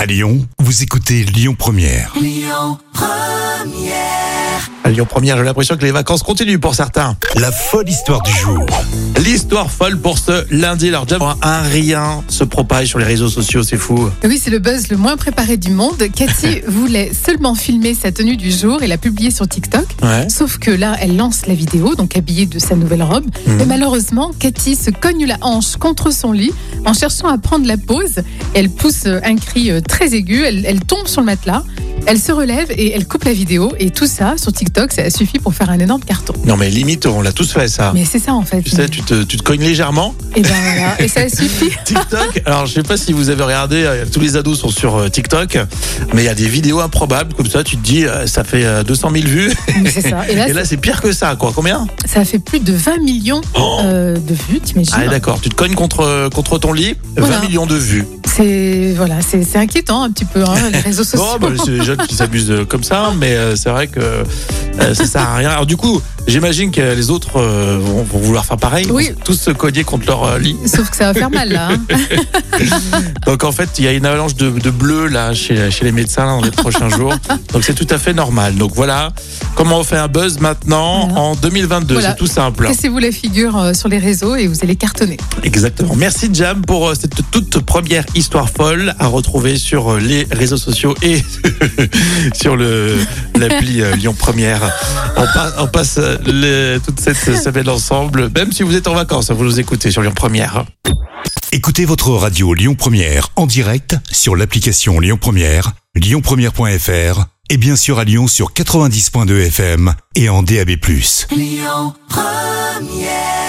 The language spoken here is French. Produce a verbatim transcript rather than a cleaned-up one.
À Lyon, vous écoutez Lyon Première. Lyon Première. À Lyon Première, j'ai l'impression que les vacances continuent pour certains. La folle histoire du jour. L'histoire folle pour ce lundi. Alors, déjà, un rien se propage sur les réseaux sociaux, c'est fou. Oui, c'est le buzz le moins préparé du monde. Cathy voulait seulement filmer sa tenue du jour et la publier sur TikTok. Ouais. Sauf que là, elle lance la vidéo, donc habillée de sa nouvelle robe. Mmh. Et malheureusement, Cathy se cogne la hanche contre son lit en cherchant à prendre la pause. Elle pousse un cri très aigu, elle, elle tombe sur le matelas. Elle se relève et elle coupe la vidéo. Et tout ça, sur TikTok, ça a suffi pour faire un énorme carton. Non, mais limite, on l'a tous fait, ça. Mais c'est ça, en fait. Tu sais, tu te, tu te cognes légèrement. Et ben voilà, et ça a suffi. TikTok, alors je sais pas si vous avez regardé, euh, tous les ados sont sur euh, TikTok, mais il y a des vidéos improbables, comme ça, tu te dis, euh, ça fait euh, deux cent mille vues. Mais c'est ça. Et là, Et là, c'est pire que ça, quoi. Combien? ça a fait plus de vingt millions euh, de vues, t'imagines? Ah, d'accord. Tu te cognes contre, contre ton lit, Voilà. vingt millions de vues. C'est voilà, c'est, c'est inquiétant un petit peu, hein, les réseaux sociaux. Oh, bah, c'est les jeunes qui s'amusent euh, comme ça, mais euh, c'est vrai que euh, ça sert à rien. Alors, du coup, j'imagine que les autres euh, vont, vont vouloir faire pareil. Oui. Vont tous se cogner contre leur euh, lit. Sauf que ça va faire mal là. Hein. Donc en fait, il y a une avalanche de, de bleu là chez, chez les médecins là, dans les prochains jours. Donc c'est tout à fait normal. Donc voilà comment on fait un buzz maintenant Voilà. en deux mille vingt-deux. Voilà. C'est tout simple. Cassez-vous la figure euh, sur les réseaux et vous allez cartonner. Exactement. Merci Jam pour euh, cette toute première histoire folle à retrouver sur euh, les réseaux sociaux et sur le l'appli euh, Lyon Première. On, pa- on passe euh, les- toute cette semaine ensemble, même si vous êtes en vacances, vous nous écoutez sur Lyon Première. Écoutez votre radio Lyon Première en direct sur l'application Lyon Première, lyon première point f r et bien sûr à Lyon sur quatre-vingt-dix point deux F M et en D A B plus. Lyon Première.